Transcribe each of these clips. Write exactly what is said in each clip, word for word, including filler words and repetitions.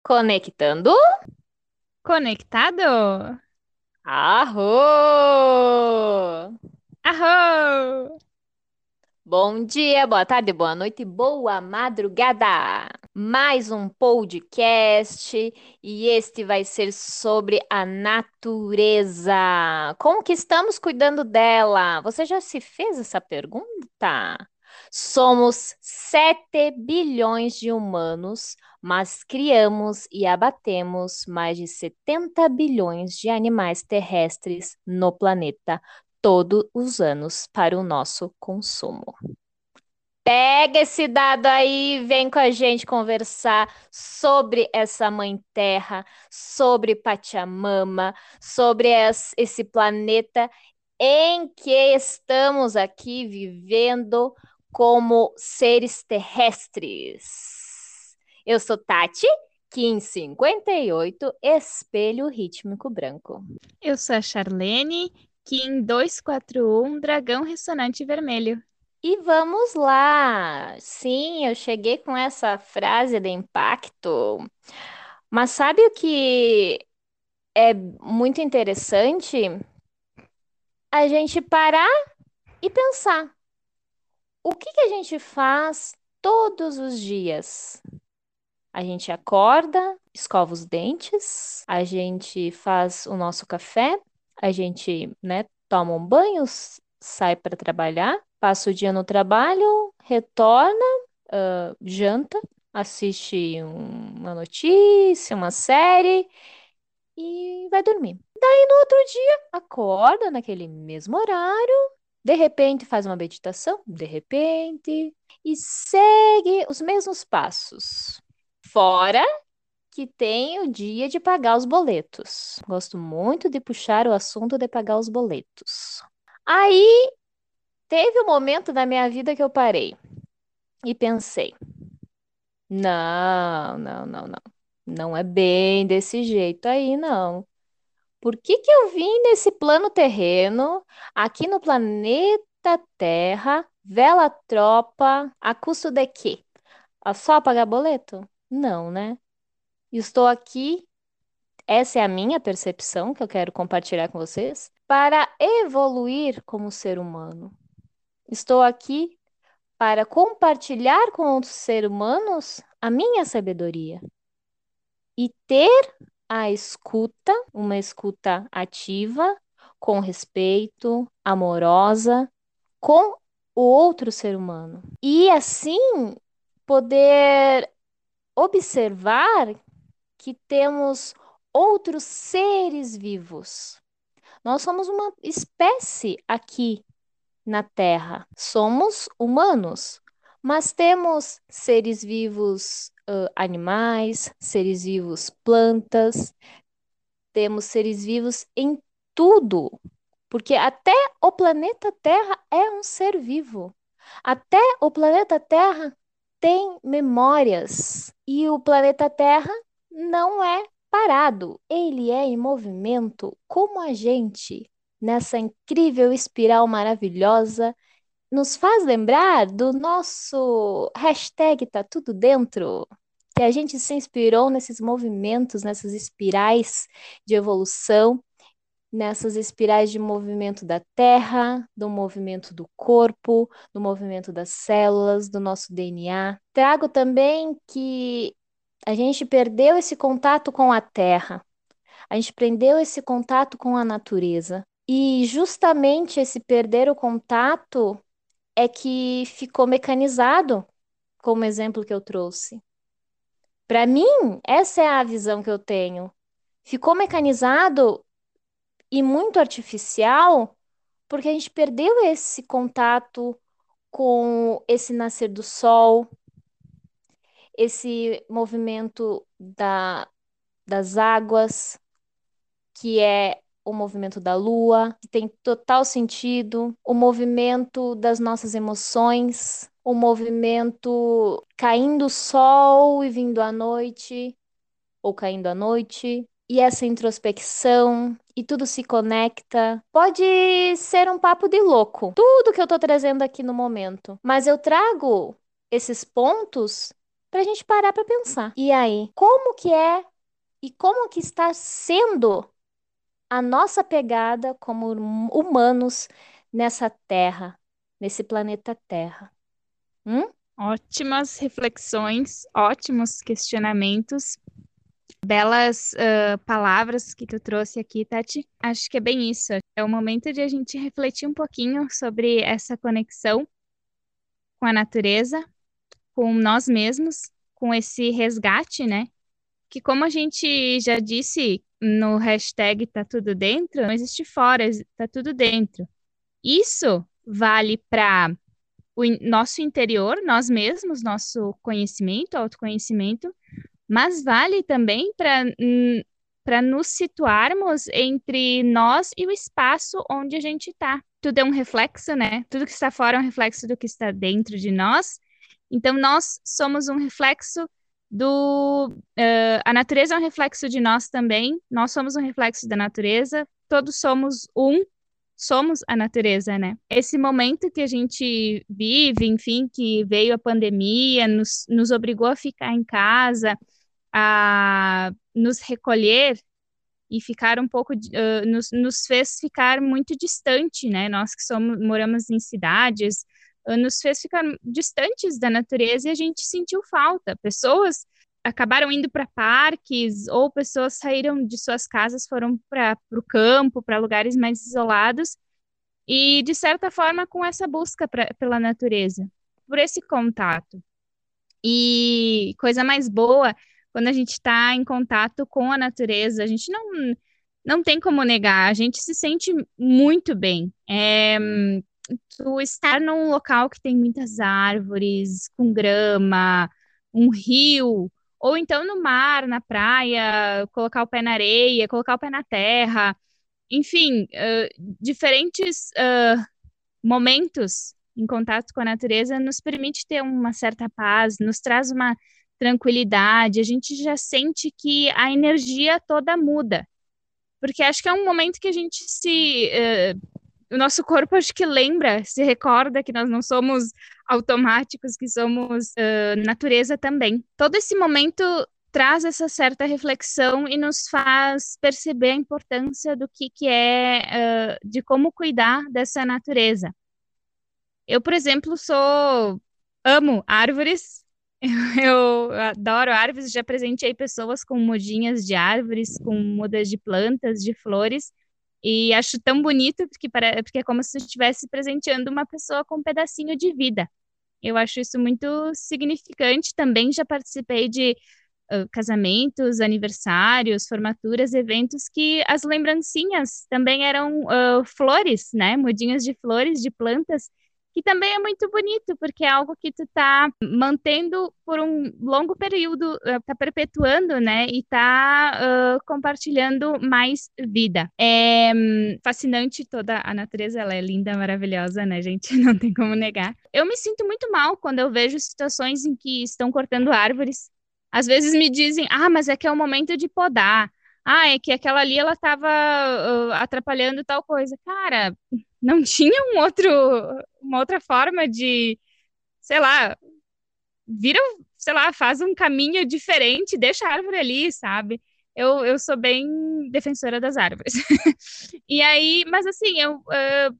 Conectando. Conectado? Arro! Arro! Bom dia, boa tarde, boa noite, boa madrugada. Mais um podcast e este vai ser sobre a natureza. Como que estamos cuidando dela? Você já se fez essa pergunta? Somos sete bilhões de humanos, mas criamos e abatemos mais de setenta bilhões de animais terrestres no planeta todos os anos para o nosso consumo. Pega esse dado aí, e vem com a gente conversar sobre essa mãe Terra, sobre Pachamama, sobre es- esse planeta em que estamos aqui vivendo como seres terrestres. Eu sou Tati, Kim cinquenta e oito, espelho rítmico branco. Eu sou a Charlene, Kim dois quatro um, dragão ressonante vermelho. E vamos lá! Sim, eu cheguei com essa frase de impacto, mas sabe o que é muito interessante? A gente parar e pensar: o que que a gente faz todos os dias? A gente acorda, escova os dentes, a gente faz o nosso café, a gente, né, toma um banho, s- sai para trabalhar, passa o dia no trabalho, retorna, janta, assiste um- uma notícia, uma série e vai dormir. Daí no outro dia, acorda naquele mesmo horário, de repente faz uma meditação, de repente, e segue os mesmos passos. Fora que tem o dia de pagar os boletos. Gosto muito de puxar o assunto de pagar os boletos. Aí teve um momento da minha vida que eu parei e pensei: não, não, não, não. Não é bem desse jeito aí, não. Por que que eu vim nesse plano terreno, aqui no planeta Terra, vela tropa, a custo de quê? A só pagar boleto? Não, né? Estou aqui, essa é a minha percepção que eu quero compartilhar com vocês, para evoluir como ser humano. Estou aqui para compartilhar com outros seres humanos a minha sabedoria e ter a escuta, uma escuta ativa, com respeito, amorosa, com o outro ser humano. E assim poder observar que temos outros seres vivos. Nós somos uma espécie aqui na Terra. Somos humanos, mas temos seres vivos, ãh, animais, seres vivos, plantas, temos seres vivos em tudo, porque até o planeta Terra é um ser vivo. Até o planeta Terra tem memórias e o planeta Terra não é parado, ele é em movimento, como a gente, nessa incrível espiral maravilhosa, nos faz lembrar do nosso hashtag Tá Tudo Dentro, que a gente se inspirou nesses movimentos, nessas espirais de evolução, nessas espirais de movimento da Terra, do movimento do corpo, do movimento das células, do nosso D N A. Trago também que a gente perdeu esse contato com a Terra, a gente prendeu esse contato com a natureza. E justamente esse perder o contato é que ficou mecanizado, como exemplo que eu trouxe. Para mim, essa é a visão que eu tenho. Ficou mecanizado e muito artificial porque a gente perdeu esse contato com esse nascer do sol, esse movimento da, das águas, que é o movimento da lua, que tem total sentido, o movimento das nossas emoções, o movimento caindo o sol e vindo a noite, ou caindo à noite, e essa introspecção, e tudo se conecta. Pode ser um papo de louco, tudo que eu tô trazendo aqui no momento, mas eu trago esses pontos Pra gente parar pra pensar. E aí, como que é e como que está sendo a nossa pegada como hum- humanos nessa Terra, nesse planeta Terra? Hum? Ótimas reflexões, ótimos questionamentos, belas ah, palavras que tu trouxe aqui, Tati. Acho que é bem isso. É o momento de a gente refletir um pouquinho sobre essa conexão com a natureza, com nós mesmos, com esse resgate, né? Que como a gente já disse no hashtag tá tudo dentro, não existe fora, tá tudo dentro. Isso vale para o in- nosso interior, nós mesmos, nosso conhecimento, autoconhecimento, mas vale também para para nos situarmos entre nós e o espaço onde a gente está. Tudo é um reflexo, né? Tudo que está fora é um reflexo do que está dentro de nós. Então, nós somos um reflexo do. eh, a natureza é um reflexo de nós também. Nós somos um reflexo da natureza. Todos somos um. Somos a natureza, né? Esse momento que a gente vive, enfim, que veio a pandemia, nos, nos obrigou a ficar em casa, a nos recolher e ficar um pouco, uh, nos, nos fez ficar muito distante, né? Nós que somos, moramos em cidades, uh, nos fez ficar distantes da natureza e a gente sentiu falta. Pessoas acabaram indo para parques ou pessoas saíram de suas casas, foram para o campo, para lugares mais isolados e, de certa forma, com essa busca pra, pela natureza, por esse contato. E coisa mais boa, quando a gente está em contato com a natureza, a gente não, não tem como negar, a gente se sente muito bem. É, tu estar num local que tem muitas árvores, com grama, um rio, ou então no mar, na praia, colocar o pé na areia, colocar o pé na terra, enfim, eh, diferentes eh, momentos em contato com a natureza nos permite ter uma certa paz, nos traz uma tranquilidade, a gente já sente que a energia toda muda. Porque acho que é um momento que a gente se. eh, o nosso corpo acho que lembra, se recorda que nós não somos automáticos, que somos eh, natureza também. Todo esse momento traz essa certa reflexão e nos faz perceber a importância do que, que é, eh, de como cuidar dessa natureza. Eu, por exemplo, sou amo árvores. Eu adoro árvores, já presenteei pessoas com mudinhas de árvores, com mudas de plantas, de flores, e acho tão bonito porque, pare- porque é como se eu estivesse presenteando uma pessoa com um pedacinho de vida. Eu acho isso muito significante. Também já participei de ah, casamentos, aniversários, formaturas, eventos que as lembrancinhas também eram ah, flores, né? Mudinhas de flores, de plantas, que também é muito bonito, porque é algo que tu tá mantendo por um longo período, ah, tá perpetuando, né? E tá ah, compartilhando mais vida. É hum, fascinante toda a natureza, ela é linda, maravilhosa, né, gente? Não tem como negar. Eu me sinto muito mal quando eu vejo situações em que estão cortando árvores. Às vezes me dizem, ah, mas é que é o momento de podar. Ah, é que aquela ali ela estava atrapalhando tal coisa. Cara, não tinha um outro, uma outra forma de, sei lá, vira, sei lá, faz um caminho diferente, deixa a árvore ali, sabe? Eu, eu sou bem defensora das árvores. E aí, mas assim, eu, eh,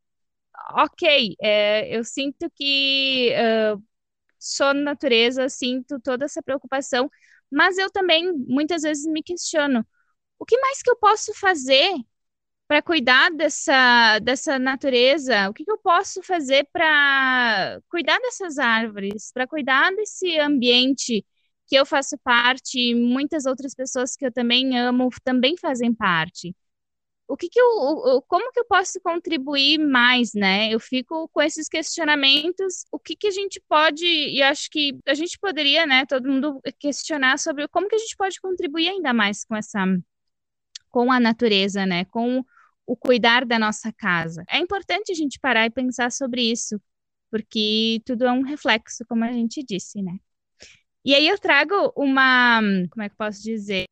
ok, eh, eu sinto que eh, sou natureza, sinto toda essa preocupação, mas eu também muitas vezes me questiono, o que mais que eu posso fazer para cuidar dessa, dessa natureza? O que que eu posso fazer para cuidar dessas árvores, para cuidar desse ambiente que eu faço parte e muitas outras pessoas que eu também amo também fazem parte? O que que eu, o- o- como que eu posso contribuir mais, né? Eu fico com esses questionamentos, o que que a gente pode, e acho que a gente poderia, né, todo mundo questionar sobre como que a gente pode contribuir ainda mais com essa, com a natureza, né, com o cuidar da nossa casa. É importante a gente parar e pensar sobre isso, porque tudo é um reflexo, como a gente disse, né? E aí eu trago uma, como é que eu posso dizer?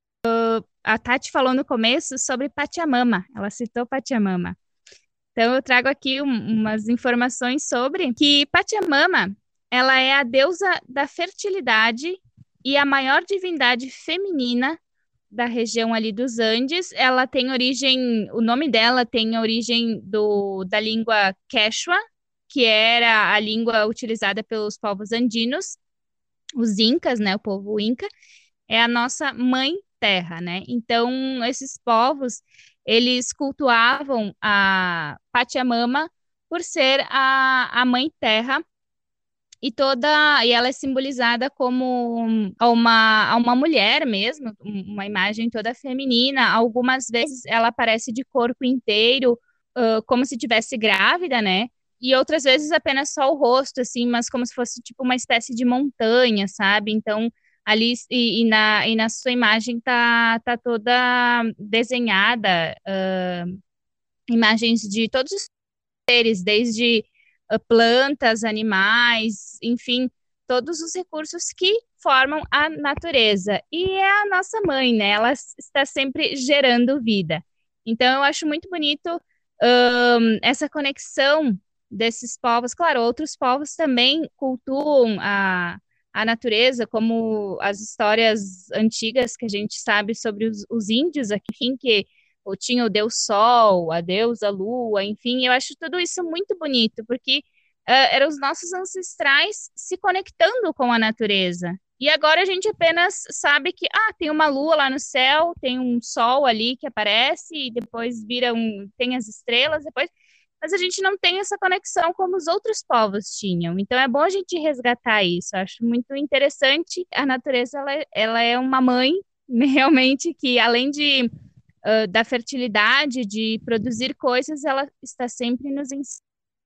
A Tati falou no começo sobre Pachamama, ela citou Pachamama. Então, eu trago aqui um- umas informações sobre que Pachamama Ela é a deusa da fertilidade e a maior divindade feminina da região ali dos Andes. Ela tem origem, o nome dela tem origem do, da língua Quechua, que era a língua utilizada pelos povos andinos, os incas, né, o povo inca, é a nossa mãe terra, né? Então, esses povos, eles cultuavam a Pachamama por ser a, a mãe terra e toda e ela é simbolizada como uma, uma mulher mesmo, uma imagem toda feminina. Algumas vezes ela aparece de corpo inteiro, uh, como se tivesse grávida, né? E outras vezes apenas só o rosto, assim, mas como se fosse tipo uma espécie de montanha, sabe? Então ali e, e na, e na sua imagem tá, tá toda desenhada, uh, imagens de todos os seres, desde uh, plantas, animais, enfim, todos os recursos que formam a natureza. E é a nossa mãe, né? Ela está sempre gerando vida. Então, eu acho muito bonito um, essa conexão desses povos. Claro, outros povos também cultuam a, a natureza, como as histórias antigas que a gente sabe sobre os, os índios aqui, enfim, que ou tinha o Deus Sol, a deusa Lua, enfim, eu acho tudo isso muito bonito, porque eh, eram os nossos ancestrais se conectando com a natureza. E agora a gente apenas sabe que, ah, tem uma lua lá no céu, tem um sol ali que aparece, e depois vira um, tem as estrelas, depois, mas a gente não tem essa conexão como os outros povos tinham. Então é bom a gente resgatar isso. Eu acho muito interessante. A natureza, ela, é- ela é uma mãe, realmente, que além de uh, da fertilidade, de produzir coisas, ela está sempre nos ensinando.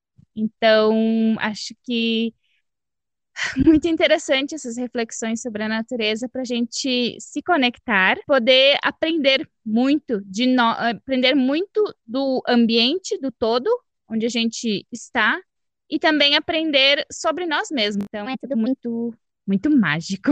Então, acho que muito interessante essas reflexões sobre a natureza para a gente se conectar, poder aprender muito de no... aprender muito do ambiente, do todo, onde a gente está, e também aprender sobre nós mesmos. Então, é tudo muito, muito mágico.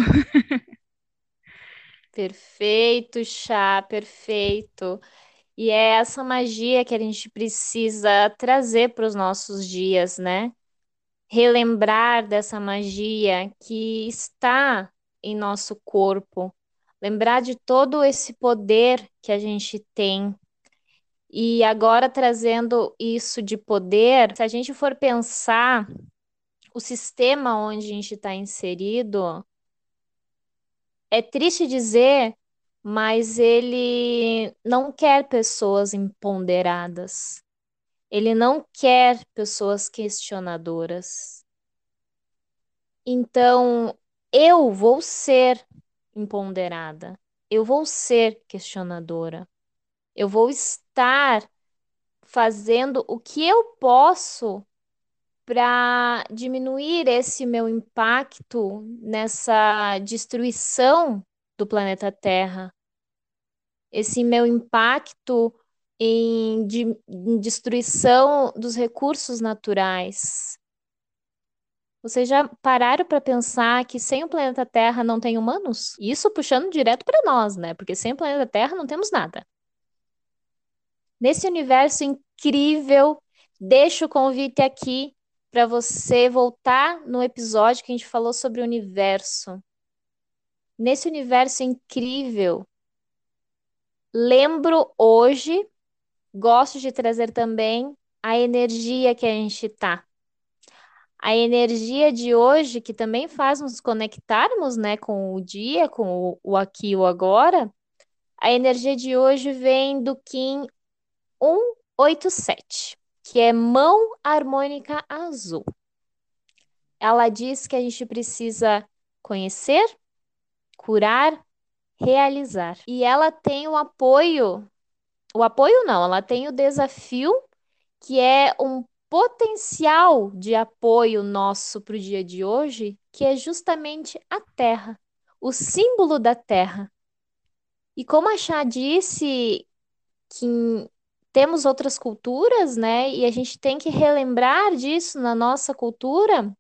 Perfeito, chá, perfeito. E é essa magia que a gente precisa trazer para os nossos dias, né? Relembrar dessa magia que está em nosso corpo, lembrar de todo esse poder que a gente tem. E agora trazendo isso de poder, se a gente for pensar o sistema onde a gente está inserido, é triste dizer, mas ele não quer pessoas empoderadas. Ele não quer pessoas questionadoras. Então, eu vou ser empoderada. Eu vou ser questionadora. Eu vou estar fazendo o que eu posso para diminuir esse meu impacto nessa destruição do planeta Terra, esse meu impacto em, de- em destruição dos recursos naturais. Vocês já pararam para pensar que sem o planeta Terra não tem humanos? Isso puxando direto para nós, né? Porque sem o planeta Terra não temos nada. Nesse universo incrível, deixo o convite aqui para você voltar no episódio que a gente falou sobre o universo. Nesse universo incrível, lembro hoje, gosto de trazer também a energia que a gente tá. A energia de hoje, que também faz nos conectarmos, né, com o dia, com o, o aqui e o agora. A energia de hoje vem do Kim cento e oitenta e sete, que é mão harmônica azul. Ela diz que a gente precisa conhecer, curar, realizar. E ela tem o apoio, o apoio não, ela tem o desafio que é um potencial de apoio nosso para o dia de hoje, que é justamente a Terra, o símbolo da Terra. E como a Chá disse que temos outras culturas, né? E a gente tem que relembrar disso na nossa cultura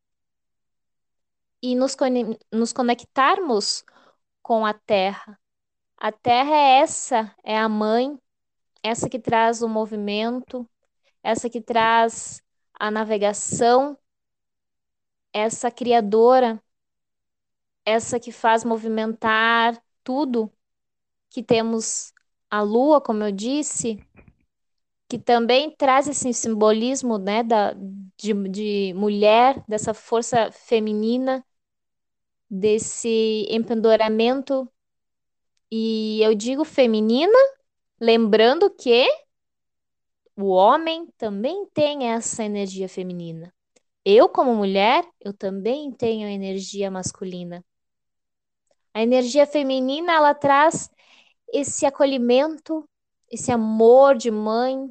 e nos, cone- nos conectarmos com a Terra. A Terra é essa, é a mãe, essa que traz o movimento, essa que traz a navegação, essa criadora, essa que faz movimentar tudo, que temos a lua, como eu disse, que também traz esse simbolismo, né, da, de, de mulher, dessa força feminina, desse empoderamento. E eu digo feminina, lembrando que o homem também tem essa energia feminina. Eu, como mulher, eu também tenho energia masculina. A energia feminina, ela traz esse acolhimento, esse amor de mãe,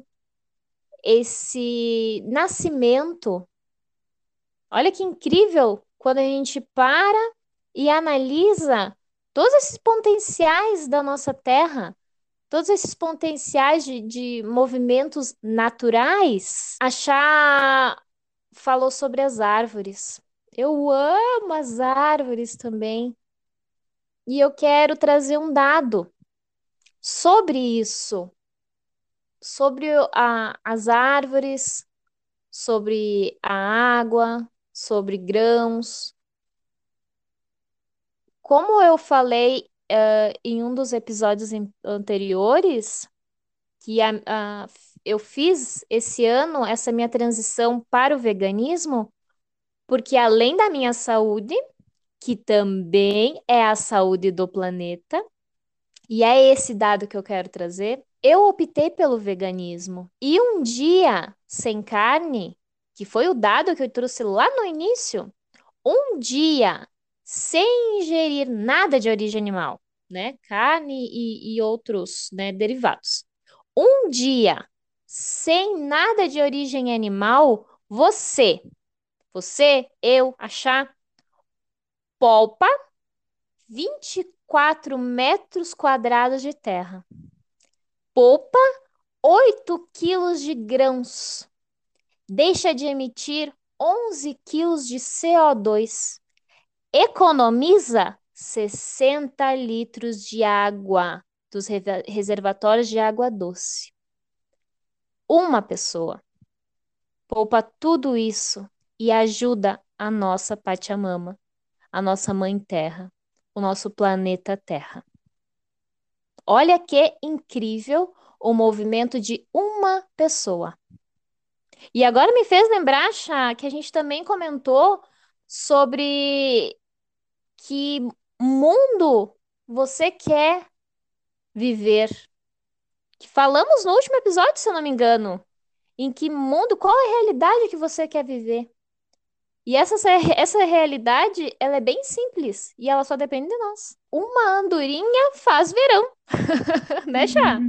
esse nascimento. Olha que incrível quando a gente para e analisa todos esses potenciais da nossa terra, todos esses potenciais de, de movimentos naturais. A Chá falou sobre as árvores. Eu amo as árvores também. E eu quero trazer um dado sobre isso, sobre a- as árvores, sobre a água, sobre grãos. Como eu falei, eh, em um dos episódios em- anteriores, que a- a- eu fiz esse ano essa minha transição para o veganismo, porque além da minha saúde, que também é a saúde do planeta, e é esse dado que eu quero trazer, eu optei pelo veganismo. E um dia sem carne, que foi o dado que eu trouxe lá no início, um dia sem ingerir nada de origem animal, né? Carne e, e outros, né, derivados. Um dia sem nada de origem animal, você, você, eu, achar, poupa vinte e quatro metros quadrados de terra. Poupa oito quilos de grãos. Deixa de emitir onze quilos de C O dois. Economiza sessenta litros de água dos reva- reservatórios de água doce. Uma pessoa poupa tudo isso e ajuda a nossa Pachamama, a nossa Mãe Terra, o nosso planeta Terra. Olha que incrível o movimento de uma pessoa. E agora me fez lembrar, Chá, que a gente também comentou sobre que mundo você quer viver. Que falamos no último episódio, se eu não me engano. Em que mundo, qual é a realidade que você quer viver? E essa, essa realidade, ela é bem simples e ela só depende de nós. Uma andorinha faz verão, né, Chá?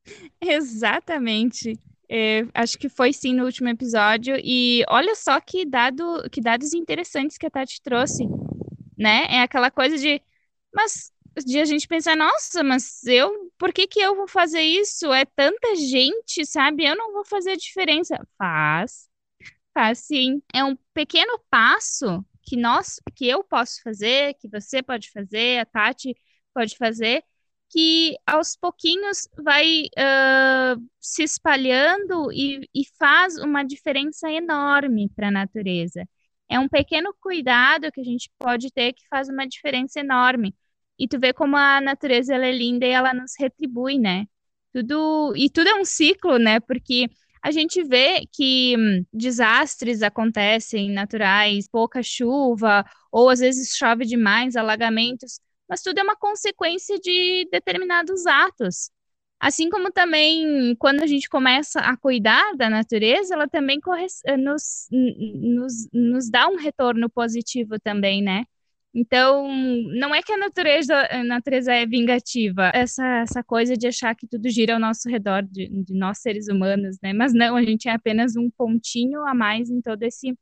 Exatamente. É, acho que foi sim no último episódio. E olha só que dado, que dados interessantes que a Tati trouxe, né? É aquela coisa de, mas de a gente pensar, nossa, mas eu, por que que eu vou fazer isso? É tanta gente, sabe? Eu não vou fazer a diferença. Faz, faz sim. É um pequeno passo que nós, que eu posso fazer, que você pode fazer, a Tati pode fazer, que aos pouquinhos vai ah, se espalhando e, e faz uma diferença enorme para a natureza. É um pequeno cuidado que a gente pode ter que faz uma diferença enorme. E tu vê como a natureza ela é linda e ela nos retribui, né? Tudo, e tudo é um ciclo, né? Porque a gente vê que hum, desastres acontecem naturais, pouca chuva, ou às vezes chove demais, alagamentos, mas tudo é uma consequência de determinados atos. Assim como também, quando a gente começa a cuidar da natureza, ela também corre- eh, nos, n- nos, nos dá um retorno positivo também, né? Então, não é que a natureza, a natureza é vingativa, essa, essa coisa de achar que tudo gira ao nosso redor, de, de nós seres humanos, né? Mas não, a gente é apenas um pontinho a mais em todo esse,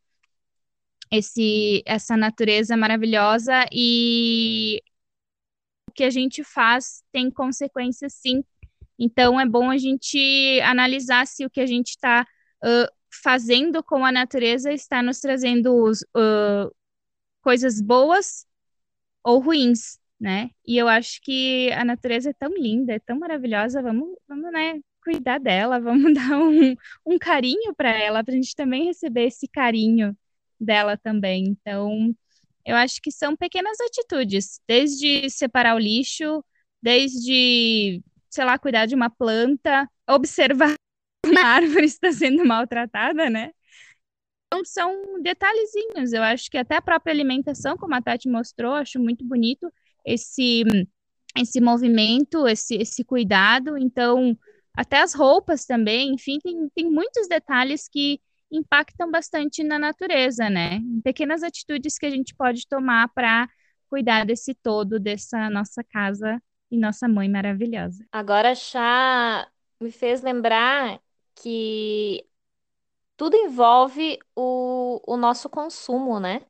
esse, essa natureza maravilhosa e o que a gente faz tem consequências, sim. Então, é bom a gente analisar se o que a gente está uh, fazendo com a natureza está nos trazendo uh, coisas boas ou ruins, né? E eu acho que a natureza é tão linda, é tão maravilhosa, vamos, vamos, né, cuidar dela, vamos dar um, um carinho para ela, para a gente também receber esse carinho. dela também. Então, eu acho que são pequenas atitudes, desde separar o lixo, desde, sei lá, cuidar de uma planta, observar uma árvore está sendo maltratada, né? Então, são detalhezinhos. Eu acho que até a própria alimentação, como a Tati mostrou, acho muito bonito esse esse movimento, esse, esse cuidado. Então, até as roupas também, enfim, tem, tem muitos detalhes que impactam bastante na natureza, né? Pequenas atitudes que a gente pode tomar para cuidar desse todo, dessa nossa casa e nossa mãe maravilhosa. Agora, Chá me fez lembrar que tudo envolve o, o nosso consumo, né?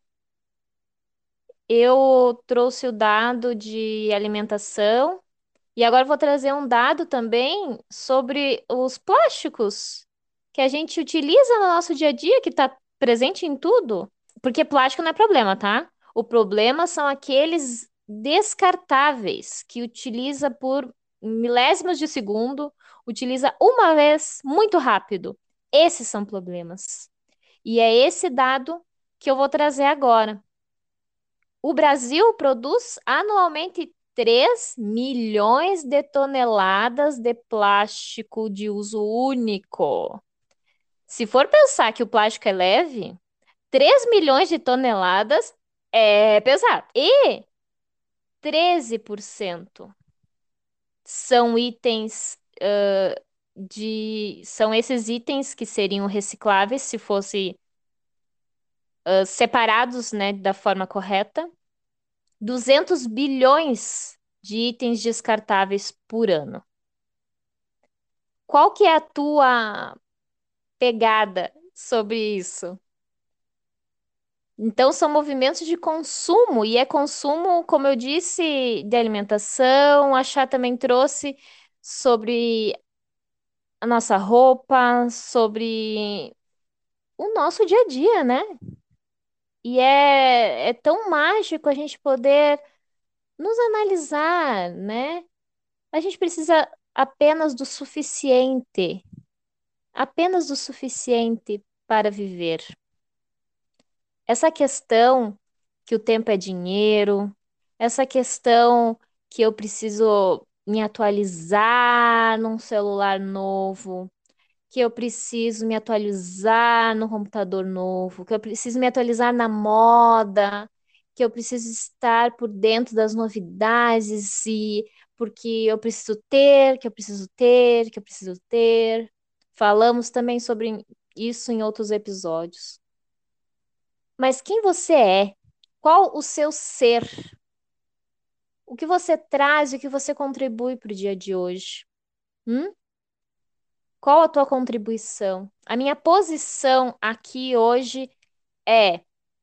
Eu trouxe o dado de alimentação e agora vou trazer um dado também sobre os plásticos que a gente utiliza no nosso dia a dia, que está presente em tudo. Porque plástico não é problema, tá? O problema são aqueles descartáveis que utiliza por milésimos de segundo, utiliza uma vez muito rápido. Esses são problemas. E é esse dado que eu vou trazer agora. O Brasil produz anualmente três milhões de toneladas de plástico de uso único. Se for pensar que o plástico é leve, três milhões de toneladas é pesado. E treze por cento são itens ãh, de. São esses itens que seriam recicláveis se fossem ãh, separados, né, da forma correta. Duzentos bilhões de itens descartáveis por ano. Qual que é a tua pegada sobre isso? Então, são movimentos de consumo, e é consumo, como eu disse, de alimentação. A Chá também trouxe sobre a nossa roupa, sobre o nosso dia a dia, né? E é, é tão mágico a gente poder nos analisar, né? A gente precisa apenas do suficiente, apenas do suficiente para viver. Essa questão que o tempo é dinheiro, essa questão que eu preciso me atualizar num celular novo, que eu preciso me atualizar no computador novo, que eu preciso me atualizar na moda, que eu preciso estar por dentro das novidades e porque eu preciso ter, que eu preciso ter, que eu preciso ter. Falamos também sobre isso em outros episódios. Mas quem você é? Qual o seu ser? O que você traz e o que você contribui para o dia de hoje? Hum? Qual a tua contribuição? A minha posição aqui hoje é: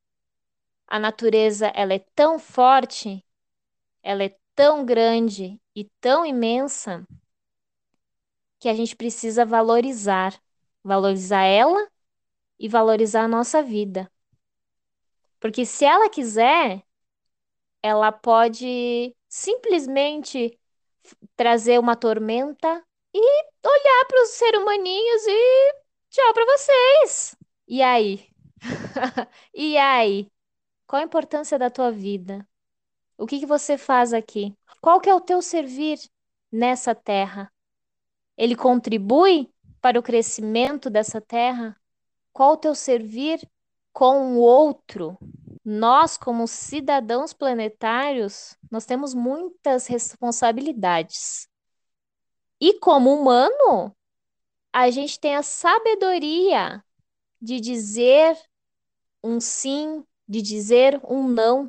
a natureza, ela é tão forte, ela é tão grande e tão imensa que a gente precisa valorizar, valorizar ela e valorizar a nossa vida. Porque se ela quiser, ela pode simplesmente trazer uma tormenta e olhar para os seres humaninhos e tchau para vocês. E aí? E aí? Qual a importância da tua vida? O que que você faz aqui? Qual que é o teu servir nessa terra? Ele contribui para o crescimento dessa terra? Qual o teu servir com o outro? Nós, como cidadãos planetários, nós temos muitas responsabilidades. E como humano, a gente tem a sabedoria de dizer um sim, de dizer um não.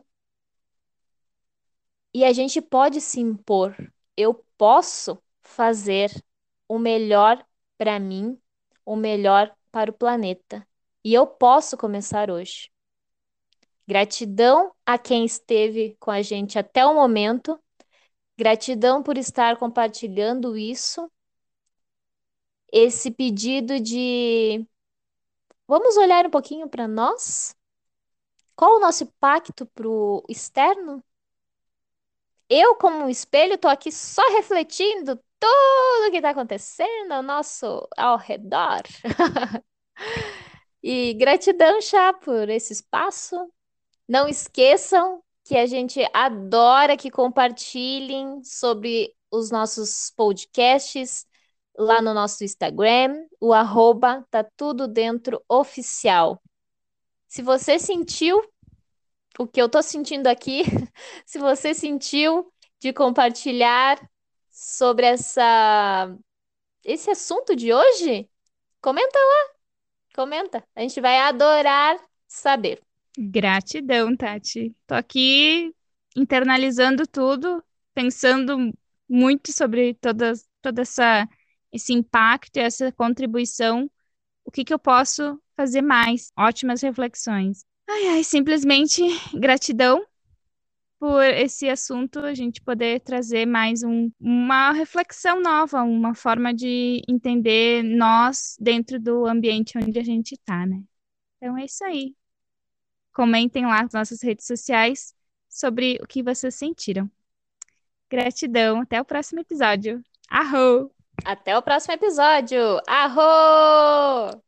E a gente pode se impor. Eu posso fazer o melhor para mim, o melhor para o planeta. E eu posso começar hoje. Gratidão a quem esteve com a gente até o momento. Gratidão por estar compartilhando isso. Esse pedido de vamos olhar um pouquinho para nós? Qual o nosso impacto para o externo? Eu, como um espelho, estou aqui só refletindo tudo que está acontecendo ao nosso ao redor. E gratidão, Chá, por esse espaço. Não esqueçam que a gente adora que compartilhem sobre os nossos podcasts lá no nosso Instagram, o arroba tá tudo dentro oficial. Se você sentiu o que eu tô sentindo aqui, se você sentiu de compartilhar sobre essa esse assunto de hoje, comenta lá, comenta. A gente vai adorar saber. Gratidão, Tati. Tô aqui internalizando tudo, pensando muito sobre todas, toda essa esse impacto e essa contribuição. O que que eu posso fazer mais? Ótimas reflexões. Ai, ai, simplesmente gratidão por esse assunto, a gente poder trazer mais um, uma reflexão nova, uma forma de entender nós dentro do ambiente onde a gente está, né? Então é isso aí. Comentem lá nas nossas redes sociais sobre o que vocês sentiram. Gratidão, até o próximo episódio. Arro! Até o próximo episódio. Arro!